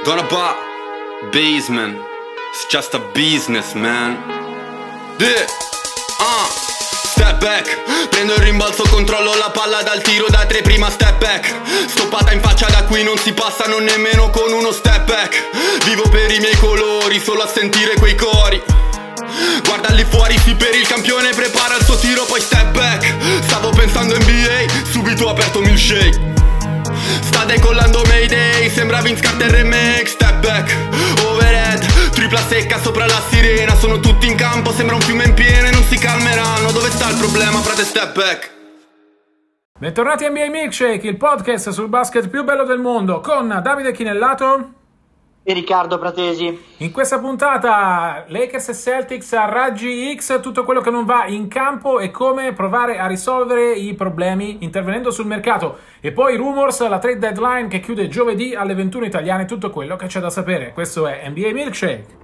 Gonna buy basement. It's just a business, man. Step back, prendo il rimbalzo, controllo la palla dal tiro da tre, prima step back. Stoppata in faccia, da qui non si passa non nemmeno con uno step back. Vivo per i miei colori, solo a sentire quei cori. Guarda lì fuori, sì, per il campione, prepara il suo tiro, poi step back. Stavo pensando NBA, subito ho aperto milkshake. Sta decollando Mayday, sembra Vince Carter remake. Step back, overhead, tripla secca sopra la sirena. Sono tutti in campo, sembra un fiume in piena e non si calmeranno. Dove sta il problema, frate, step back? Bentornati a NBA Milkshake, il podcast sul basket più bello del mondo, con Davide Chinellato e Riccardo Pratesi. In questa puntata Lakers e Celtics a raggi X, tutto quello che non va in campo e come provare a risolvere i problemi intervenendo sul mercato. E poi rumors, la trade deadline che chiude giovedì alle 21 italiane, tutto quello che c'è da sapere. Questo è NBA Milkshake.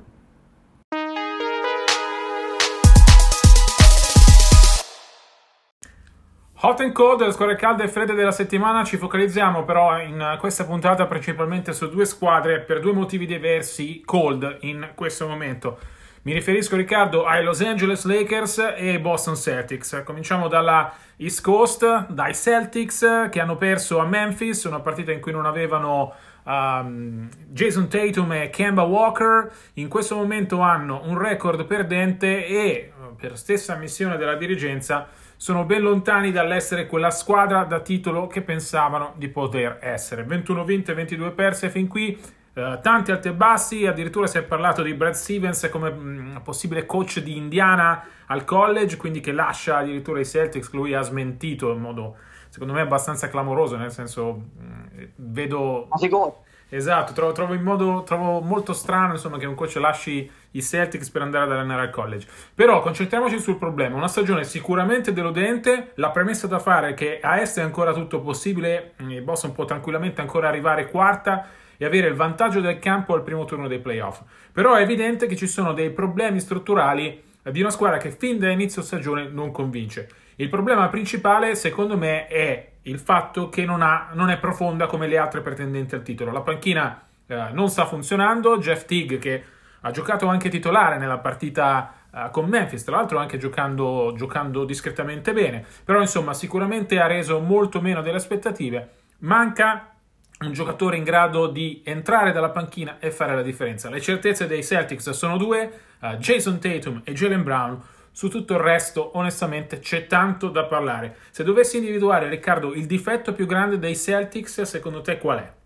Hot and cold, le squadre calde e fredde della settimana. Ci focalizziamo però in questa puntata principalmente su due squadre per due motivi diversi cold in questo momento. Mi riferisco, Riccardo, ai Los Angeles Lakers e ai Boston Celtics. Cominciamo dalla East Coast, dai Celtics che hanno perso a Memphis, una partita in cui non avevano Jason Tatum e Kemba Walker. In questo momento hanno un record perdente e, per stessa ammissione della dirigenza, sono ben lontani dall'essere quella squadra da titolo che pensavano di poter essere. 21 vinte, 22 perse fin qui, tanti alti e bassi. Addirittura si è parlato di Brad Stevens come possibile coach di Indiana al college, quindi che lascia addirittura i Celtics. Lui ha smentito in modo, secondo me, abbastanza clamoroso, nel senso, vedo... Esatto, trovo molto strano, insomma, che un coach lasci i Celtics per andare ad allenare al college. Però concentriamoci sul problema. Una stagione sicuramente deludente. La premessa da fare è che a est è ancora tutto possibile. Il Boston può tranquillamente ancora arrivare quarta e avere il vantaggio del campo al primo turno dei playoff. Però è evidente che ci sono dei problemi strutturali di una squadra che fin da inizio stagione non convince. Il problema principale, secondo me, è il fatto che non è profonda come le altre pretendenti al titolo. La panchina non sta funzionando. Jeff Teague, che ha giocato anche titolare nella partita con Memphis, tra l'altro anche giocando discretamente bene, però insomma sicuramente ha reso molto meno delle aspettative. Manca un giocatore in grado di entrare dalla panchina e fare la differenza. Le certezze dei Celtics sono due, Jason Tatum e Jaylen Brown. Su tutto il resto, onestamente, c'è tanto da parlare. Se dovessi individuare, Riccardo, il difetto più grande dei Celtics, secondo te qual è?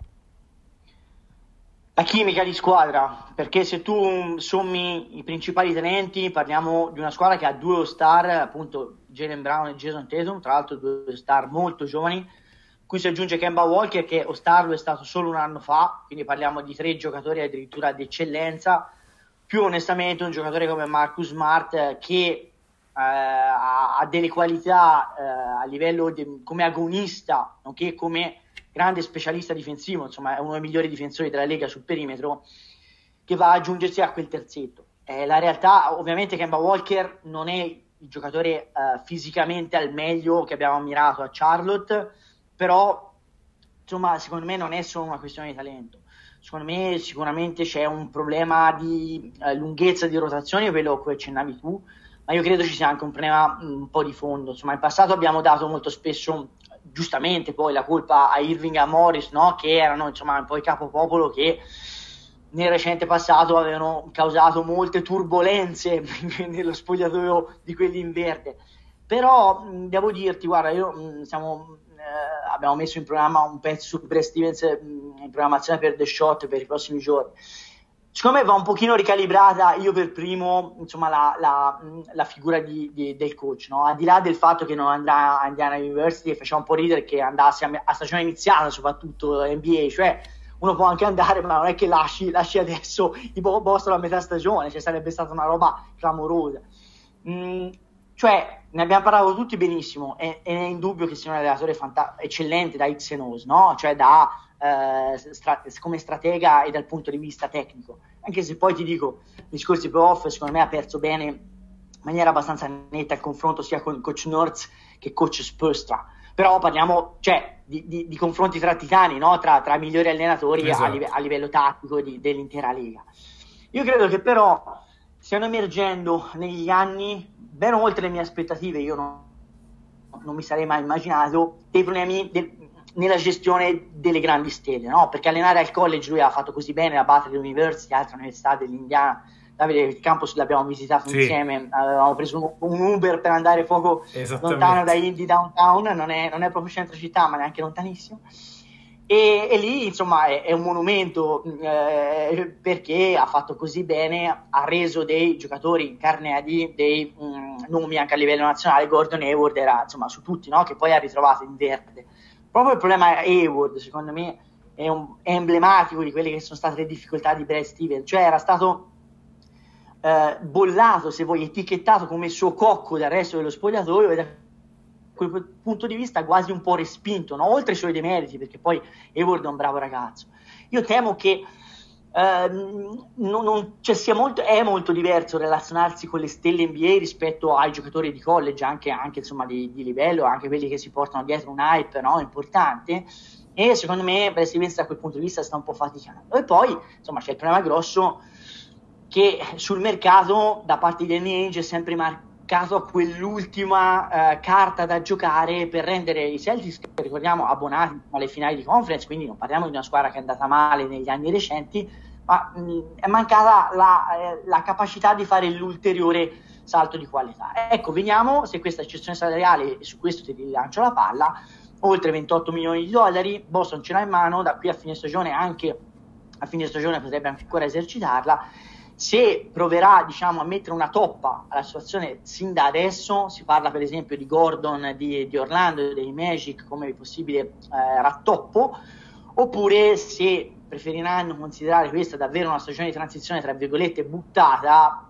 La chimica di squadra, perché se tu sommi i principali talenti, parliamo di una squadra che ha due all-star, appunto Jaylen Brown e Jason Tatum, tra l'altro due all-star molto giovani, cui si aggiunge Kemba Walker, che all-star lo è stato solo un anno fa, quindi parliamo di tre giocatori addirittura d'eccellenza. Più onestamente un giocatore come Marcus Smart che ha delle qualità a livello come agonista, nonché come grande specialista difensivo, insomma è uno dei migliori difensori della Lega sul perimetro, che va ad aggiungersi a quel terzetto. La realtà, ovviamente, Kemba Walker non è il giocatore fisicamente al meglio che abbiamo ammirato a Charlotte, però insomma secondo me non è solo una questione di talento. Secondo me sicuramente c'è un problema di lunghezza di rotazione, quello a cui accennavi tu, ma io credo ci sia anche un problema un po' di fondo. Insomma, in passato abbiamo dato molto spesso, giustamente, poi la colpa a Irving e a Morris, no? Che erano insomma un po' i capopopolo che nel recente passato avevano causato molte turbolenze nello spogliatoio di quelli in verde. Però devo dirti, guarda, abbiamo messo in programma un pezzo su Brad Stevens in programmazione per The Shot per i prossimi giorni. Secondo me va un pochino ricalibrata, io per primo, insomma, la figura del coach, no? Al di là del fatto che non andrà a Indiana University, e faceva un po' ridere che andasse a stagione iniziata, soprattutto NBA, cioè uno può anche andare, ma non è che lasci adesso i Boston a metà stagione, cioè sarebbe stata una roba clamorosa. Cioè, ne abbiamo parlato tutti benissimo, e è indubbio che sia un allenatore eccellente da X e O's, no? Cioè come stratega e dal punto di vista tecnico, anche se poi ti dico, gli scorsi playoff secondo me ha perso bene in maniera abbastanza netta il confronto sia con coach Nurse che coach Spoelstra, Però parliamo, cioè, di confronti tra titani, no? Tra i migliori allenatori esatto. a livello tattico dell'intera Lega. Io credo che però stiano emergendo negli anni, ben oltre le mie aspettative, io non mi sarei mai immaginato, dei problemi nella gestione delle grandi stelle, no? Perché allenare al college lui ha fatto così bene, la Butler University, altre università dell'Indiana, Davide, il campus l'abbiamo visitato insieme, avevamo preso un Uber per andare poco lontano da Indy Downtown, non è proprio centro città, ma neanche lontanissimo. E lì insomma è un monumento perché ha fatto così bene, ha reso dei giocatori incarnati, dei nomi anche a livello nazionale. Gordon Hayward era insomma su tutti, no? Che poi ha ritrovato in verde. Proprio il problema è Hayward, secondo me è emblematico di quelle che sono state le difficoltà di Brad Stevens, cioè era stato bollato, se vuoi, etichettato come suo cocco dal resto dello spogliatoio, ed da quel punto di vista quasi un po' respinto, no? Oltre ai suoi demeriti, perché poi Hayward è un bravo ragazzo. Io temo che cioè è molto diverso relazionarsi con le stelle NBA rispetto ai giocatori di college, anche insomma di livello, anche quelli che si portano dietro un hype, no? Importante. E secondo me Brad Stevens da quel punto di vista sta un po' faticando. E poi insomma c'è il problema grosso che sul mercato da parte di NH è sempre marcato a quell'ultima carta da giocare per rendere i Celtics, che ricordiamo, abbonati alle finali di conference, quindi non parliamo di una squadra che è andata male negli anni recenti, ma è mancata la capacità di fare l'ulteriore salto di qualità. Ecco, vediamo se questa eccezione salariale, e su questo ti rilancio la palla, oltre 28 milioni di dollari, Boston ce l'ha in mano, da qui a fine stagione, anche a fine stagione potrebbe ancora esercitarla. Se proverà, diciamo, a mettere una toppa alla situazione sin da adesso, si parla per esempio di Gordon di Orlando, dei Magic come possibile rattoppo, oppure se preferiranno considerare questa davvero una stagione di transizione tra virgolette buttata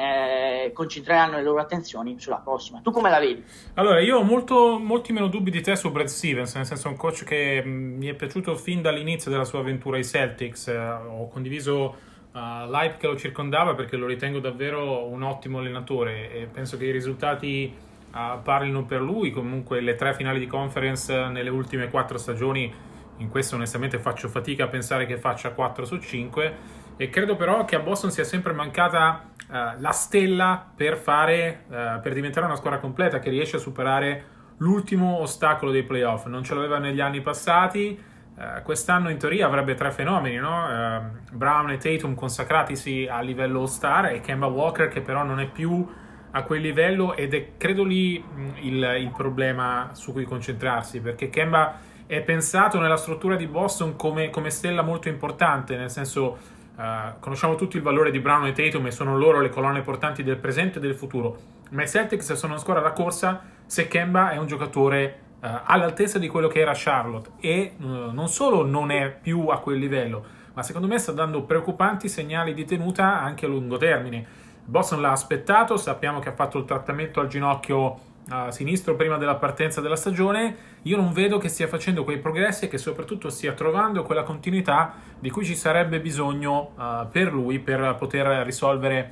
e concentreranno le loro attenzioni sulla prossima. Tu come la vedi? Allora, io ho molti meno dubbi di te su Brad Stevens, nel senso è un coach che mi è piaciuto fin dall'inizio della sua avventura ai Celtics. Ho condiviso l'hype che lo circondava perché lo ritengo davvero un ottimo allenatore e penso che i risultati parlino per lui. Comunque le 3 finali di conference nelle ultime 4 stagioni, in questo onestamente faccio fatica a pensare che faccia 4 su 5, e credo però che a Boston sia sempre mancata la stella per diventare una squadra completa che riesce a superare l'ultimo ostacolo dei playoff. Non ce l'aveva negli anni passati. Quest'anno in teoria avrebbe 3 fenomeni, no? Brown e Tatum consacratisi a livello all-star, e Kemba Walker che però non è più a quel livello, ed è credo lì il problema su cui concentrarsi, perché Kemba è pensato nella struttura di Boston come stella molto importante, nel senso conosciamo tutti il valore di Brown e Tatum e sono loro le colonne portanti del presente e del futuro, ma i Celtics sono una squadra da corsa se Kemba è un giocatore all'altezza di quello che era Charlotte, e non solo non è più a quel livello, ma secondo me sta dando preoccupanti segnali di tenuta anche a lungo termine. Boston l'ha aspettato, sappiamo che ha fatto il trattamento al ginocchio sinistro prima della partenza della stagione. Io non vedo che stia facendo quei progressi e che soprattutto stia trovando quella continuità di cui ci sarebbe bisogno per lui, per poter risolvere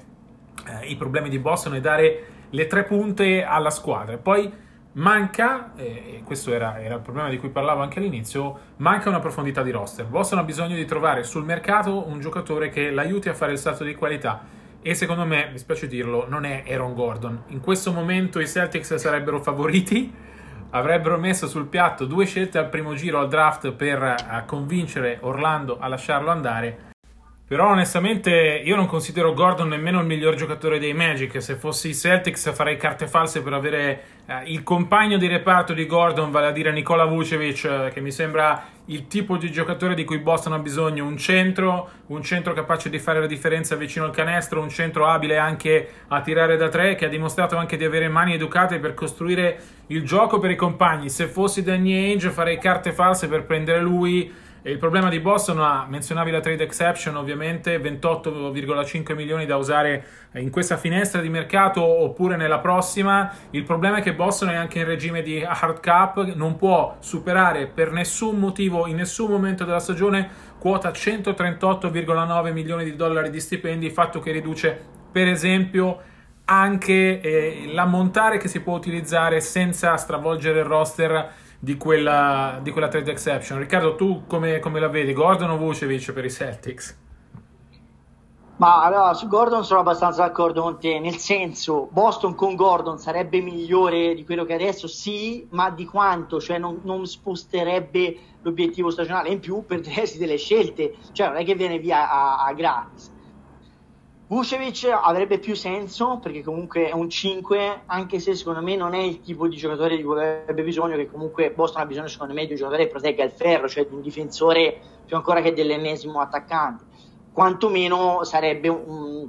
i problemi di Boston e dare le 3 punte alla squadra. Poi manca, e questo era il problema di cui parlavo anche all'inizio, manca una profondità di roster. Boston ha bisogno di trovare sul mercato un giocatore che l'aiuti a fare il salto di qualità, e secondo me, mi spiace dirlo, non è Aaron Gordon. In questo momento i Celtics sarebbero favoriti, avrebbero messo sul piatto 2 scelte al primo giro al draft per convincere Orlando a lasciarlo andare. Però onestamente io non considero Gordon nemmeno il miglior giocatore dei Magic. Se fossi i Celtics farei carte false per avere il compagno di reparto di Gordon, vale a dire Nikola Vucevic, che mi sembra il tipo di giocatore di cui Boston ha bisogno. Un centro capace di fare la differenza vicino al canestro, un centro abile anche a tirare da 3, che ha dimostrato anche di avere mani educate per costruire il gioco per i compagni. Se fossi Danny Ainge farei carte false per prendere lui. E il problema di Boston, menzionavi la trade exception, ovviamente 28,5 milioni da usare in questa finestra di mercato oppure nella prossima. Il problema è che Boston è anche in regime di hard cap, non può superare per nessun motivo in nessun momento della stagione quota 138,9 milioni di dollari di stipendi, fatto che riduce per esempio anche l'ammontare che si può utilizzare senza stravolgere il roster di quella trade exception. Riccardo, tu come la vedi? Gordon o Vucevic per i Celtics? Ma allora, su Gordon sono abbastanza d'accordo con te, nel senso, Boston con Gordon sarebbe migliore di quello che adesso, sì, ma di quanto? Cioè non sposterebbe l'obiettivo stagionale, in più perdersi delle scelte, cioè non è che viene via a gratis. Vucevic avrebbe più senso perché comunque è un 5, anche se secondo me non è il tipo di giocatore di cui avrebbe bisogno, che comunque Boston ha bisogno secondo me di un giocatore che protegga il ferro, cioè di un difensore più ancora che dell'ennesimo attaccante. Quantomeno sarebbe un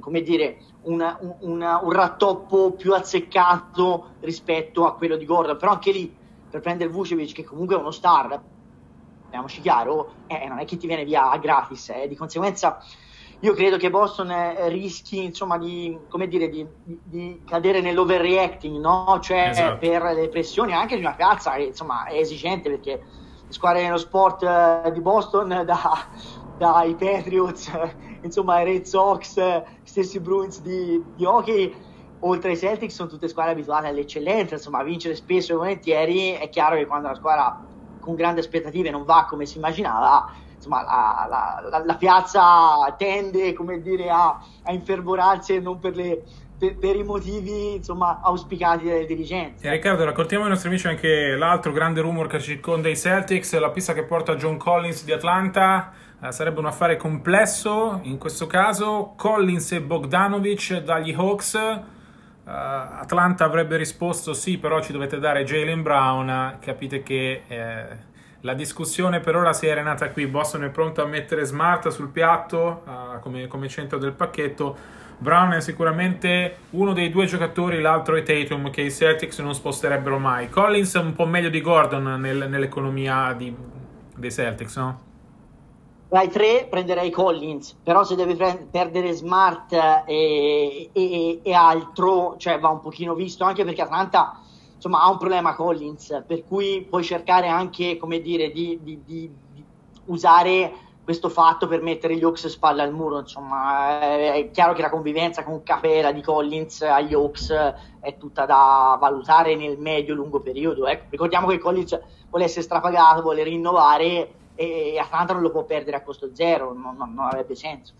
rattoppo più azzeccato rispetto a quello di Gordon, però anche lì per prendere Vucevic, che comunque è uno star, parliamoci chiaro, non è che ti viene via gratis, di conseguenza io credo che Boston rischi insomma di cadere nell'overreacting, no? Cioè Esatto. Per le pressioni anche di una piazza che insomma è esigente, perché le squadre nello sport di Boston, dai Patriots, insomma ai Red Sox, stessi Bruins di hockey, oltre ai Celtics, sono tutte squadre abituate all'eccellenza, insomma a vincere spesso e volentieri. È chiaro che quando una squadra con grandi aspettative non va come si immaginava, insomma la piazza tende, come dire, a infervorarsi, e non per i motivi insomma auspicati dalle dirigenze. E Riccardo, raccontiamo ai nostri amici anche l'altro grande rumor che circonda i Celtics, la pista che porta John Collins di Atlanta. Sarebbe un affare complesso in questo caso. Collins e Bogdanovic dagli Hawks. Atlanta avrebbe risposto sì, però ci dovete dare Jaylen Brown. Capite che la discussione per ora si è arenata qui. Boston è pronto a mettere Smart sul piatto come centro del pacchetto. Brown è sicuramente uno dei due giocatori, l'altro è Tatum, che i Celtics non sposterebbero mai. Collins è un po' meglio di Gordon nell'economia dei Celtics, no? Dai 3 prenderei Collins, però se devi perdere Smart e altro, cioè va un pochino visto, anche perché Atlanta insomma ha un problema Collins, per cui puoi cercare anche, come dire, di usare questo fatto per mettere gli Hawks spalle al muro. Insomma è chiaro che la convivenza con Capela di Collins agli Hawks è tutta da valutare nel medio-lungo periodo. Ecco, ricordiamo che Collins vuole essere strapagato, vuole rinnovare, e Atlanta non lo può perdere a costo zero, non avrebbe senso.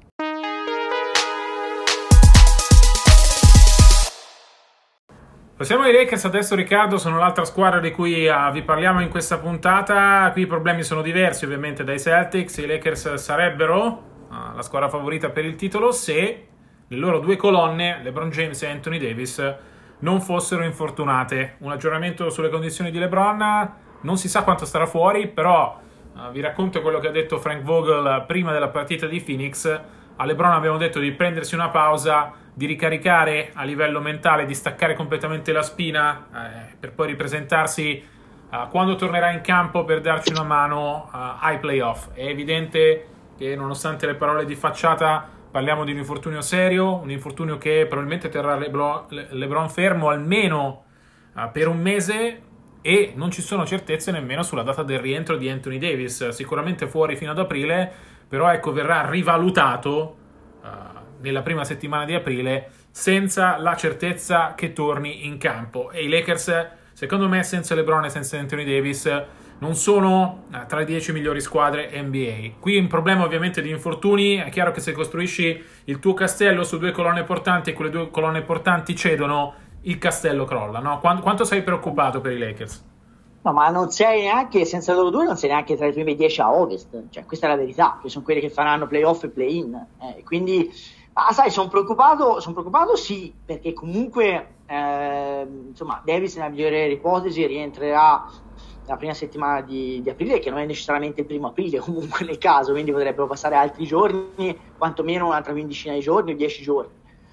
Passiamo ai Lakers adesso, Riccardo. Sono l'altra squadra di cui vi parliamo in questa puntata. Qui i problemi sono diversi ovviamente dai Celtics. I Lakers sarebbero la squadra favorita per il titolo se le loro due colonne, LeBron James e Anthony Davis, non fossero infortunate. Un aggiornamento sulle condizioni di LeBron: non si sa quanto starà fuori, però vi racconto quello che ha detto Frank Vogel prima della partita di Phoenix. A LeBron abbiamo detto di prendersi una pausa, di ricaricare a livello mentale, di staccare completamente la spina per poi ripresentarsi quando tornerà in campo per darci una mano ai playoff. È evidente che nonostante le parole di facciata parliamo di un infortunio serio, un infortunio che probabilmente terrà LeBron fermo almeno per un mese, e non ci sono certezze nemmeno sulla data del rientro di Anthony Davis. Sicuramente fuori fino ad aprile, però ecco, verrà rivalutato nella prima settimana di aprile senza la certezza che torni in campo. E i Lakers, secondo me, senza LeBron e senza Anthony Davis non sono tra le 10 migliori squadre NBA. Qui un problema ovviamente di infortuni. È chiaro che se costruisci il tuo castello su due colonne portanti e quelle due colonne portanti cedono, il castello crolla, no? Quanto sei preoccupato per i Lakers? No, ma non sei neanche, senza loro due non sei neanche tra i primi 10 a Ovest, cioè questa è la verità, che sono quelli che faranno playoff e play-in, quindi, ma sai, sono preoccupato sì, perché comunque insomma Davis nella migliore ipotesi rientrerà la prima settimana di aprile, che non è necessariamente il primo aprile comunque nel caso, quindi potrebbero passare altri giorni, quantomeno un'altra quindicina di giorni o 10 giorni,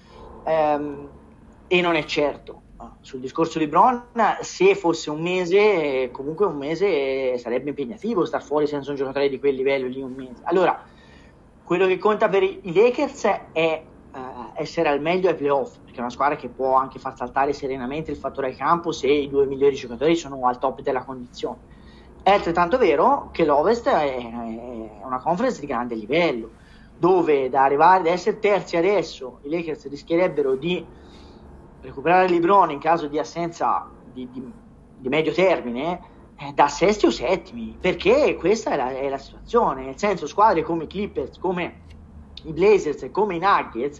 e non è certo. Sul discorso di Bron, se fosse un mese, comunque un mese sarebbe impegnativo star fuori senza un giocatore di quel livello lì un mese. Allora, quello che conta per i Lakers è essere al meglio ai playoff, perché è una squadra che può anche far saltare serenamente il fattore al campo se i due migliori giocatori sono al top della condizione. È altrettanto vero che l'Ovest è una conference di grande livello, dove da essere terzi adesso i Lakers rischierebbero di recuperare LeBron in caso di assenza di medio termine, da sesti o settimi, perché questa è la situazione, nel senso squadre come i Clippers, come i Blazers e come i Nuggets,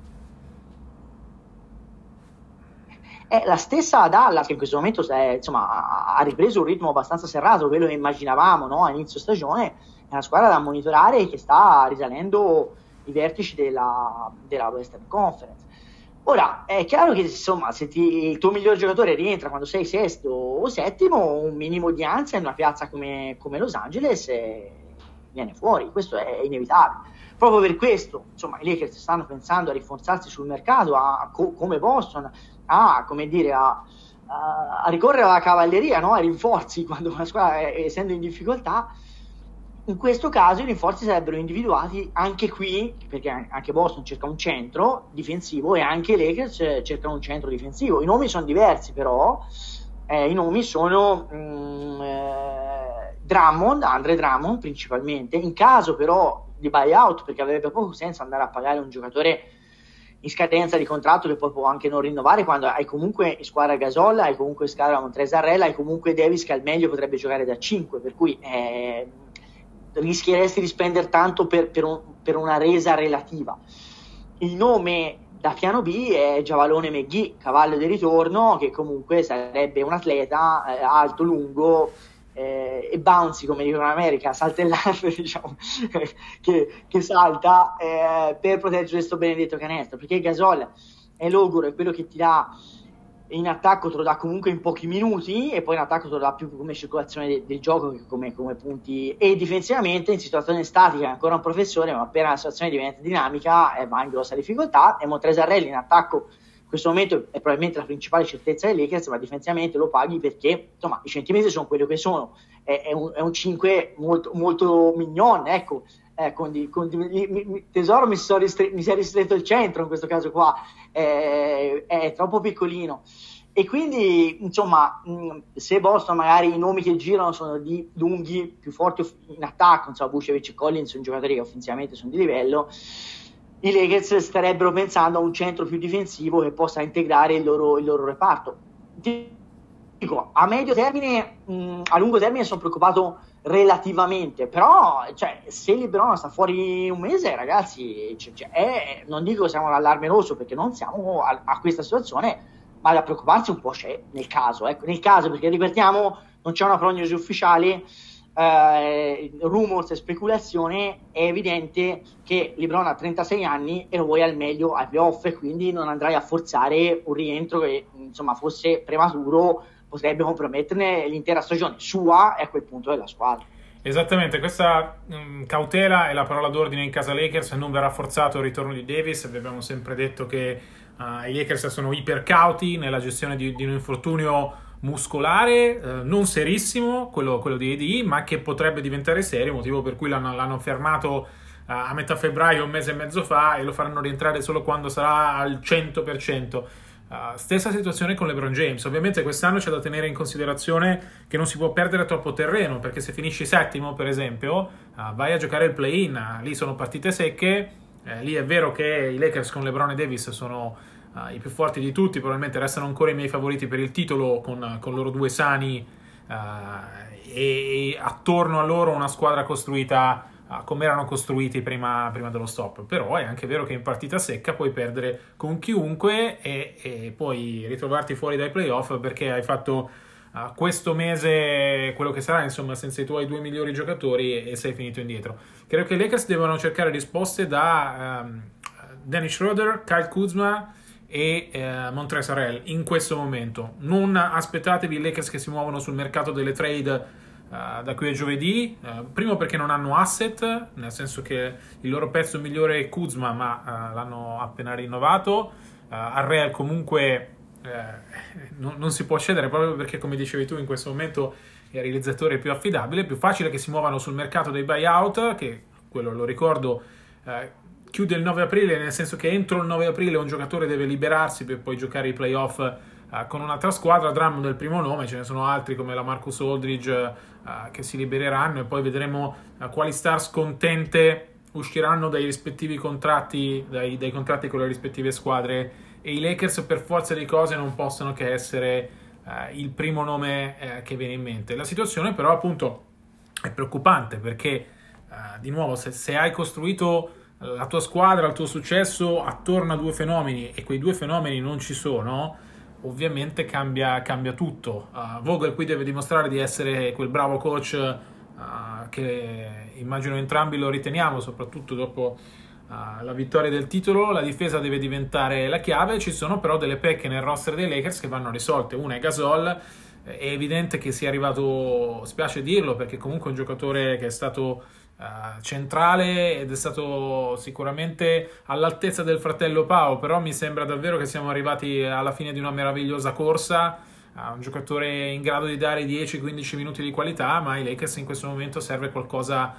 è la stessa Dallas che in questo momento ha ripreso un ritmo abbastanza serrato, quello che immaginavamo, no? A inizio stagione, è una squadra da monitorare che sta risalendo i vertici della Western Conference. Ora, è chiaro che insomma, se il tuo miglior giocatore rientra quando sei sesto o settimo, un minimo di ansia in una piazza come Los Angeles viene fuori, questo è inevitabile. Proprio per questo, insomma, i Lakers stanno pensando a rinforzarsi sul mercato, come Boston, a ricorrere alla cavalleria, no? Ai rinforzi quando una squadra essendo in difficoltà. In questo caso i rinforzi sarebbero individuati anche qui, perché anche Boston cerca un centro difensivo e anche i Lakers cercano un centro difensivo. I nomi sono diversi, però i nomi sono Andre Drummond principalmente. In caso però di buyout, perché avrebbe poco senso andare a pagare un giocatore in scadenza di contratto che poi può anche non rinnovare, quando hai comunque in squadra Gasol, hai comunque in squadra Montrezl, hai comunque Davis che al meglio potrebbe giocare da 5, per cui rischieresti di spendere tanto per una resa relativa. Il nome da piano B è Javalone McGee, cavallo di ritorno, che comunque sarebbe un atleta alto, lungo e bouncy, come dicono in America, saltellante, diciamo, che salta per proteggere questo benedetto canestro, perché Gasol è logoro, è quello che ti dà in attacco, te lo dà comunque in pochi minuti, e poi in attacco te lo dà più come circolazione del gioco che come punti, e difensivamente in situazione statica è ancora un professore, ma appena la situazione diventa dinamica va in grossa difficoltà. E Montrezl in attacco in questo momento è probabilmente la principale certezza dei Lakers, ma difensivamente lo paghi perché insomma i centimetri sono quello che sono, è un 5 molto, molto mignon, ecco. Tesoro mi si è ristretto il centro in questo caso qua, è troppo piccolino, e quindi insomma se Boston magari i nomi che girano sono di lunghi più forti in attacco, insomma Vucevic e Collins sono giocatori che offensivamente sono di livello, i Lakers starebbero pensando a un centro più difensivo che possa integrare il loro reparto. Dico, a medio termine, a lungo termine sono preoccupato relativamente, però cioè, se LeBron sta fuori un mese, ragazzi, non dico siamo all'allarme rosso, perché non siamo a questa situazione, ma da preoccuparsi un po' c'è nel caso, perché ripetiamo, non c'è una prognosi ufficiale, rumors e speculazione, è evidente che LeBron ha 36 anni e lo vuoi al meglio ai playoff, e quindi non andrai a forzare un rientro che insomma fosse prematuro, potrebbe comprometterne l'intera stagione sua e a quel punto della squadra. Esattamente, questa cautela è la parola d'ordine in casa Lakers, non verrà forzato il ritorno di Davis. Vi abbiamo sempre detto che i Lakers sono ipercauti nella gestione di un infortunio muscolare, non serissimo, quello di AD, ma che potrebbe diventare serio, motivo per cui l'hanno fermato a metà febbraio, un mese e mezzo fa, e lo faranno rientrare solo quando sarà al 100%. Stessa situazione con LeBron James. Ovviamente quest'anno c'è da tenere in considerazione che non si può perdere troppo terreno, perché se finisci settimo per esempio vai a giocare il play-in, lì sono partite secche, lì è vero che i Lakers con LeBron e Davis sono i più forti di tutti, probabilmente restano ancora i miei favoriti per il titolo con loro due sani e attorno a loro una squadra costruita come erano costruiti prima dello stop. Però è anche vero che in partita secca puoi perdere con chiunque e poi ritrovarti fuori dai playoff perché hai fatto questo mese quello che sarà, insomma, senza i tuoi due migliori giocatori e sei finito indietro. Credo che i Lakers devono cercare risposte da Dennis Schroeder, Kyle Kuzma e Montrezl in questo momento. Non aspettatevi i Lakers che si muovono sul mercato delle trade da qui a giovedì, primo perché non hanno asset, nel senso che il loro pezzo migliore è Kuzma, ma l'hanno appena rinnovato. A Real comunque non si può cedere, proprio perché, come dicevi tu, in questo momento è il realizzatore più affidabile. È più facile che si muovano sul mercato dei buyout, che quello, lo ricordo, chiude il 9 aprile, nel senso che entro il 9 aprile un giocatore deve liberarsi per poi giocare i playoff con un'altra squadra. Drummond è il primo nome, ce ne sono altri come la Marcus Aldridge che si libereranno, e poi vedremo quali stars contente usciranno dai rispettivi contratti, dai contratti con le rispettive squadre. E i Lakers, per forza di cose, non possono che essere il primo nome che viene in mente. La situazione però appunto è preoccupante perché di nuovo se hai costruito la tua squadra, il tuo successo attorno a due fenomeni e quei due fenomeni non ci sono, ovviamente cambia tutto. Vogel qui deve dimostrare di essere quel bravo coach che immagino entrambi lo riteniamo, soprattutto dopo la vittoria del titolo. La difesa deve diventare la chiave. Ci sono però delle pecche nel roster dei Lakers che vanno risolte. Una è Gasol, è evidente che sia arrivato, spiace dirlo perché comunque è un giocatore che è stato centrale ed è stato sicuramente all'altezza del fratello Pau, però mi sembra davvero che siamo arrivati alla fine di una meravigliosa corsa, un giocatore in grado di dare 10-15 minuti di qualità, ma ai Lakers in questo momento serve qualcosa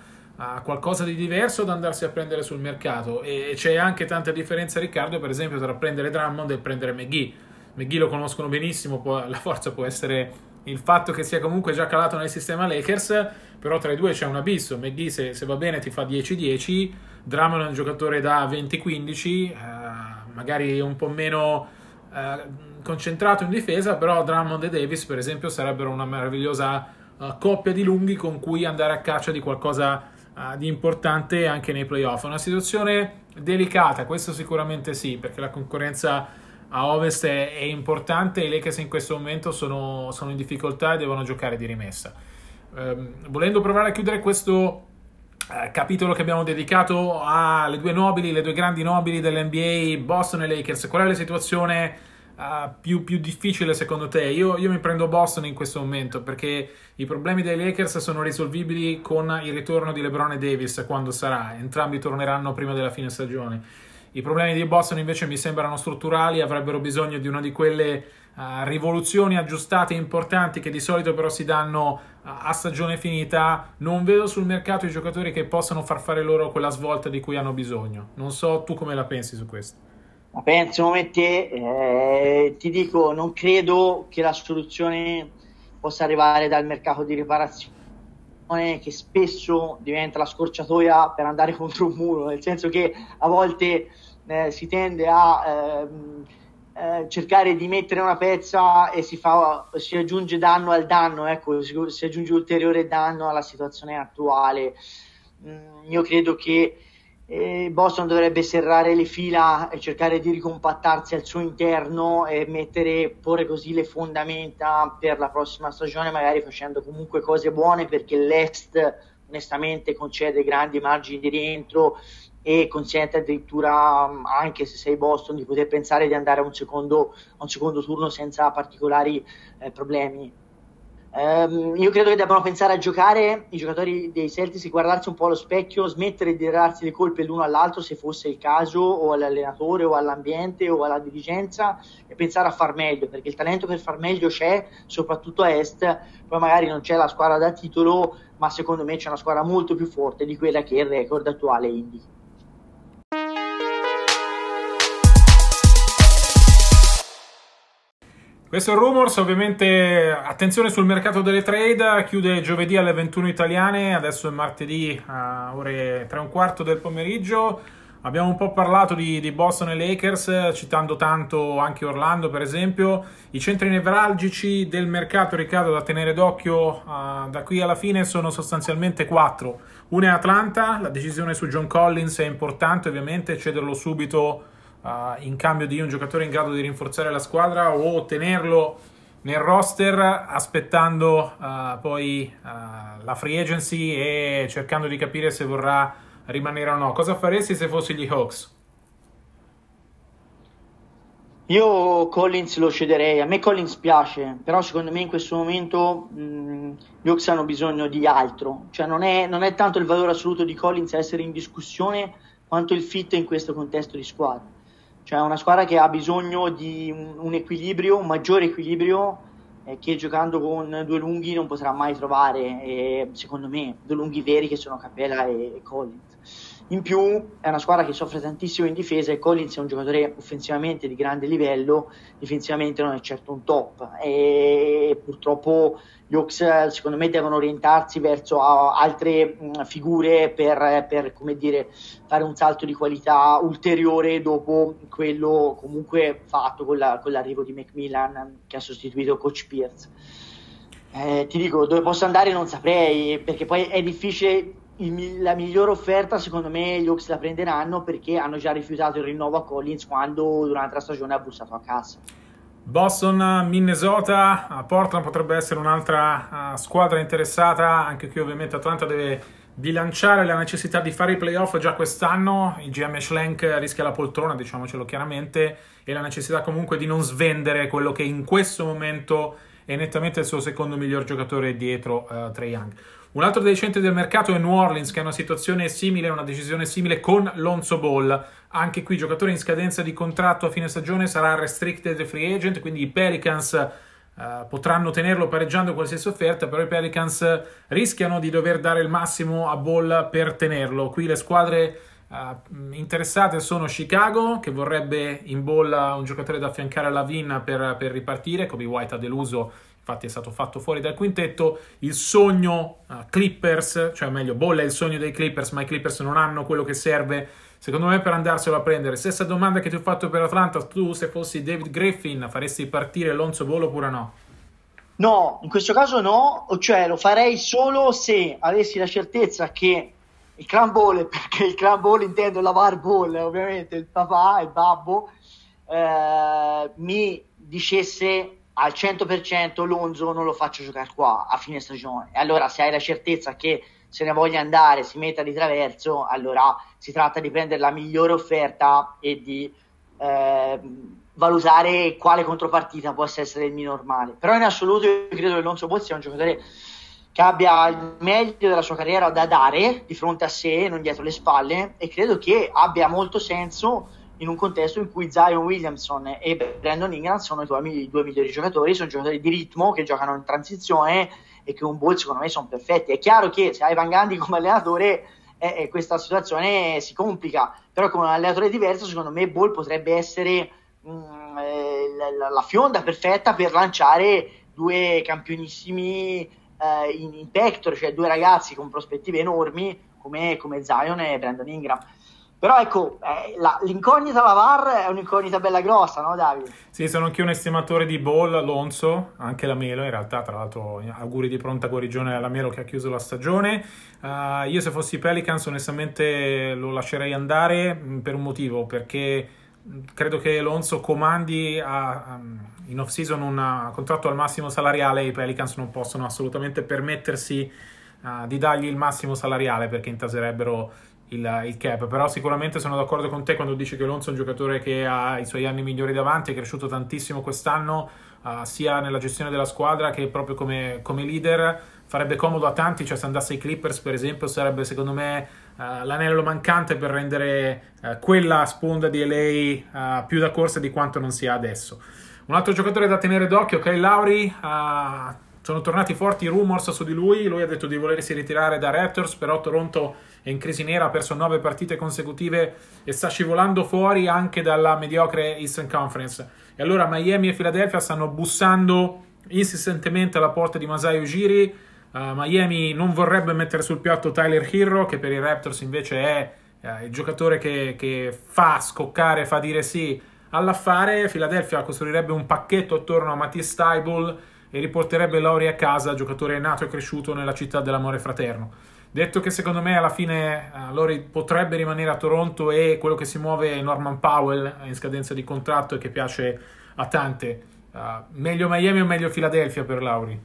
di diverso da andarsi a prendere sul mercato, e c'è anche tanta differenza, Riccardo, per esempio tra prendere Drummond e prendere McGee lo conoscono benissimo, la forza può essere il fatto che sia comunque già calato nel sistema Lakers, però tra i due c'è un abisso. McGee se va bene ti fa 10-10, Drummond è un giocatore da 20-15, magari un po' meno concentrato in difesa, però Drummond e Davis per esempio sarebbero una meravigliosa coppia di lunghi con cui andare a caccia di qualcosa di importante anche nei playoff. È una situazione delicata, questo sicuramente sì, perché la concorrenza a Ovest è importante e i Lakers in questo momento sono in difficoltà e devono giocare di rimessa. Volendo provare a chiudere questo capitolo che abbiamo dedicato alle due grandi nobili dell'NBA, Boston e Lakers, qual è la situazione più difficile secondo te? Io mi prendo Boston in questo momento perché i problemi dei Lakers sono risolvibili con il ritorno di LeBron e Davis quando sarà, entrambi torneranno prima della fine stagione. I problemi di Boston invece mi sembrano strutturali, avrebbero bisogno di una di quelle rivoluzioni aggiustate importanti che di solito però si danno a stagione finita. Non vedo sul mercato i giocatori che possano far fare loro quella svolta di cui hanno bisogno. Non so tu come la pensi su questo. La penso come te, ti dico, non credo che la soluzione possa arrivare dal mercato di riparazione, che spesso diventa la scorciatoia per andare contro un muro, nel senso che a volte si tende a cercare di mettere una pezza e si aggiunge danno al danno, ecco, si aggiunge ulteriore danno alla situazione attuale. Io credo che Boston dovrebbe serrare le fila e cercare di ricompattarsi al suo interno e porre così le fondamenta per la prossima stagione, magari facendo comunque cose buone, perché l'Est onestamente concede grandi margini di rientro e consente addirittura, anche se sei Boston, di poter pensare di andare a un secondo turno senza particolari problemi. Io credo che debbano pensare a giocare i giocatori dei Celtics, guardarsi un po' allo specchio, smettere di darsi le colpe l'uno all'altro se fosse il caso, o all'allenatore o all'ambiente o alla dirigenza, e pensare a far meglio, perché il talento per far meglio c'è, soprattutto a Est. Poi magari non c'è la squadra da titolo, ma secondo me c'è una squadra molto più forte di quella che il record attuale indica. Questo è il Rumors, ovviamente attenzione sul mercato delle trade, chiude giovedì alle 21 italiane, adesso è martedì a ore 3:15 del pomeriggio. Abbiamo un po' parlato di Boston e Lakers, citando tanto anche Orlando per esempio. I centri nevralgici del mercato, Riccardo, da tenere d'occhio da qui alla fine sono sostanzialmente 4. Una è Atlanta, la decisione su John Collins è importante ovviamente, cederlo subito in cambio di un giocatore in grado di rinforzare la squadra o tenerlo nel roster aspettando poi la free agency e cercando di capire se vorrà rimanere o no. Cosa faresti se fossi gli Hawks? Io Collins lo cederei, a me Collins piace, però secondo me in questo momento gli Hawks hanno bisogno di altro, cioè non è tanto il valore assoluto di Collins a essere in discussione quanto il fit in questo contesto di squadra. Cioè una squadra che ha bisogno di un equilibrio, un maggiore equilibrio, che giocando con due lunghi non potrà mai trovare, secondo me, due lunghi veri che sono Capela e Collins. In più è una squadra che soffre tantissimo in difesa e Collins è un giocatore offensivamente di grande livello, difensivamente non è certo un top, e purtroppo gli Hawks secondo me devono orientarsi verso altre figure per come dire, fare un salto di qualità ulteriore dopo quello comunque fatto con l'arrivo di McMillan, che ha sostituito Coach Pierce. Ti dico, dove posso andare non saprei, perché poi è difficile. La migliore offerta secondo me gli Hawks la prenderanno, perché hanno già rifiutato il rinnovo a Collins quando durante la stagione ha bussato a cassa. Boston, Minnesota, Portland potrebbe essere un'altra squadra interessata. Anche qui ovviamente Atlanta deve bilanciare la necessità di fare i playoff già quest'anno. Il GM Schlenk rischia la poltrona, diciamocelo chiaramente, e la necessità comunque di non svendere quello che in questo momento è nettamente il suo secondo miglior giocatore dietro Trae Young. Un altro dei centri del mercato è New Orleans, che è una situazione simile, una decisione simile con Lonzo Ball. Anche qui giocatore in scadenza di contratto a fine stagione, sarà restricted free agent, quindi i Pelicans potranno tenerlo pareggiando qualsiasi offerta, però i Pelicans rischiano di dover dare il massimo a Ball per tenerlo. Qui le squadre interessate sono Chicago, che vorrebbe in Ball un giocatore da affiancare a Lavin per ripartire. Kobe White ha deluso, infatti è stato fatto fuori dal quintetto. Il sogno Clippers, cioè meglio Ball è il sogno dei Clippers, ma i Clippers non hanno quello che serve secondo me per andarselo a prendere. Stessa domanda che ti ho fatto per Atlanta: tu se fossi David Griffin faresti partire Lonzo Ball oppure no? No, in questo caso no, cioè lo farei solo se avessi la certezza che il clan Ball, perché il clan Ball intendo Lavar Ball, ovviamente il papà, il babbo, mi dicesse al 100% Lonzo non lo faccio giocare qua a fine stagione. E allora, se hai la certezza che se ne voglia andare, si metta di traverso, allora si tratta di prendere la migliore offerta e di valutare quale contropartita possa essere il minor male. Però in assoluto io credo che Lonzo Ball sia un giocatore che abbia il meglio della sua carriera da dare di fronte a sé, non dietro le spalle, e credo che abbia molto senso in un contesto in cui Zion Williamson e Brandon Ingram sono i due migliori giocatori, sono giocatori di ritmo che giocano in transizione e che un Ball secondo me sono perfetti. È chiaro che se hai Van Gundy come allenatore questa situazione si complica, però con un allenatore diverso secondo me Ball potrebbe essere la fionda perfetta per lanciare due campionissimi in pectore, cioè due ragazzi con prospettive enormi come Zion e Brandon Ingram. Però ecco, l'incognita Lavar è un'incognita bella grossa, no Davide? Sì, sono anche un estimatore di Ball, Lonzo, anche la Melo in realtà, tra l'altro auguri di pronta guarigione alla Melo che ha chiuso la stagione. Io se fossi Pelicans onestamente lo lascerei andare per un motivo, perché credo che Lonzo comandi in off-season un contratto al massimo salariale, e i Pelicans non possono assolutamente permettersi di dargli il massimo salariale, perché intaserebbero il cap. Però sicuramente sono d'accordo con te quando dici che Lonzo è un giocatore che ha i suoi anni migliori davanti, è cresciuto tantissimo quest'anno, sia nella gestione della squadra che proprio come leader. Farebbe comodo a tanti, cioè se andasse ai Clippers per esempio sarebbe secondo me l'anello mancante per rendere quella sponda di LA più da corsa di quanto non sia adesso. Un altro giocatore da tenere d'occhio, Kyle Lowry, sono tornati forti i rumors su di lui ha detto di volersi ritirare da Raptors, però Toronto è in crisi nera, ha perso 9 partite consecutive e sta scivolando fuori anche dalla mediocre Eastern Conference. E allora Miami e Philadelphia stanno bussando insistentemente alla porta di Masai Ujiri. Miami non vorrebbe mettere sul piatto Tyler Herro, che per i Raptors invece è il giocatore che fa scoccare, fa dire sì all'affare. Philadelphia costruirebbe un pacchetto attorno a Matisse Thybulle e riporterebbe Lowry a casa, giocatore nato e cresciuto nella città dell'amore fraterno. Detto che secondo me alla fine Lowry potrebbe rimanere a Toronto, e quello che si muove è Norman Powell in scadenza di contratto e che piace a tante. Meglio Miami o meglio Philadelphia per Lowry?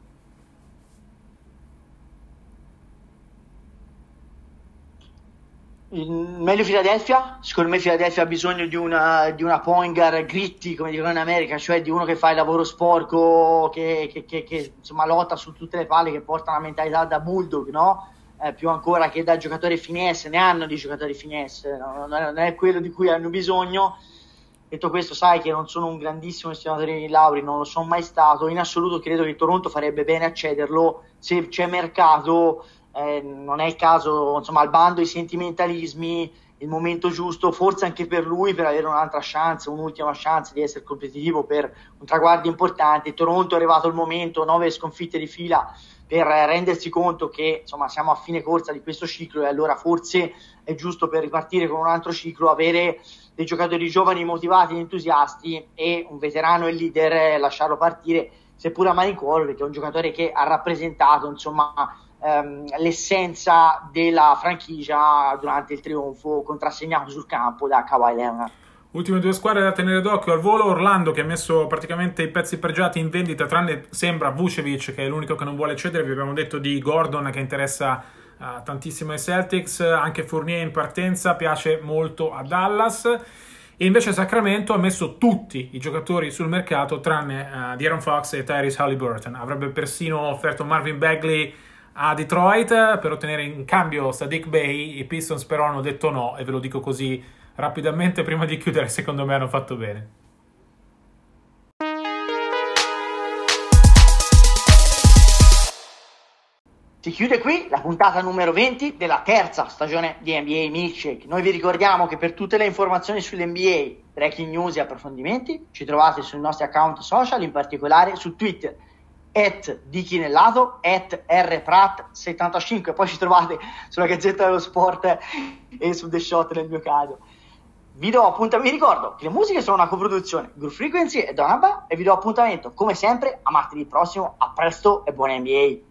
Meglio Philadelphia. Secondo me Philadelphia ha bisogno di una point guard gritty, come dicono in America, cioè di uno che fa il lavoro sporco, che insomma lotta su tutte le palle, che porta una mentalità da bulldog, no? Più ancora che da giocatore finesse. Ne hanno di giocatori finesse, non è quello di cui hanno bisogno. Detto questo, sai che non sono un grandissimo estimatore di Lowry, non lo sono mai stato. In assoluto credo che Toronto farebbe bene a cederlo se c'è mercato. non è il caso, insomma, al bando i sentimentalismi, il momento giusto, forse anche per lui, per avere un'altra chance, un'ultima chance di essere competitivo per un traguardo importante. Toronto è arrivato il momento, 9 sconfitte di fila, per rendersi conto che insomma siamo a fine corsa di questo ciclo, e allora forse è giusto, per ripartire con un altro ciclo, avere dei giocatori giovani motivati ed entusiasti, e un veterano e leader lasciarlo partire, seppur a malincuore, perché è un giocatore che ha rappresentato insomma l'essenza della franchigia durante il trionfo contrassegnato sul campo da Kawhi Leonard. Ultime due squadre da tenere d'occhio al volo: Orlando, che ha messo praticamente i pezzi pregiati in vendita, tranne sembra Vucevic, che è l'unico che non vuole cedere. Vi abbiamo detto di Gordon, che interessa tantissimo ai Celtics, anche Fournier in partenza, piace molto a Dallas. E invece Sacramento ha messo tutti i giocatori sul mercato tranne De'Aaron Fox e Tyrese Haliburton. Avrebbe persino offerto Marvin Bagley a Detroit per ottenere in cambio Saddiq Bey. I Pistons però hanno detto no, e ve lo dico così rapidamente prima di chiudere, secondo me hanno fatto bene. Si chiude qui la puntata numero 20 della terza stagione di NBA Milkshake. Noi vi ricordiamo che per tutte le informazioni sull'NBA, breaking news e approfondimenti, ci trovate sui nostri account social, in particolare su Twitter @dichinellato, @rprat75, poi ci trovate sulla Gazzetta dello Sport e su The Shot nel mio caso. Vi ricordo che le musiche sono una coproduzione Groove Frequency e Donaba, e vi do appuntamento come sempre a martedì prossimo. A presto e buona NBA.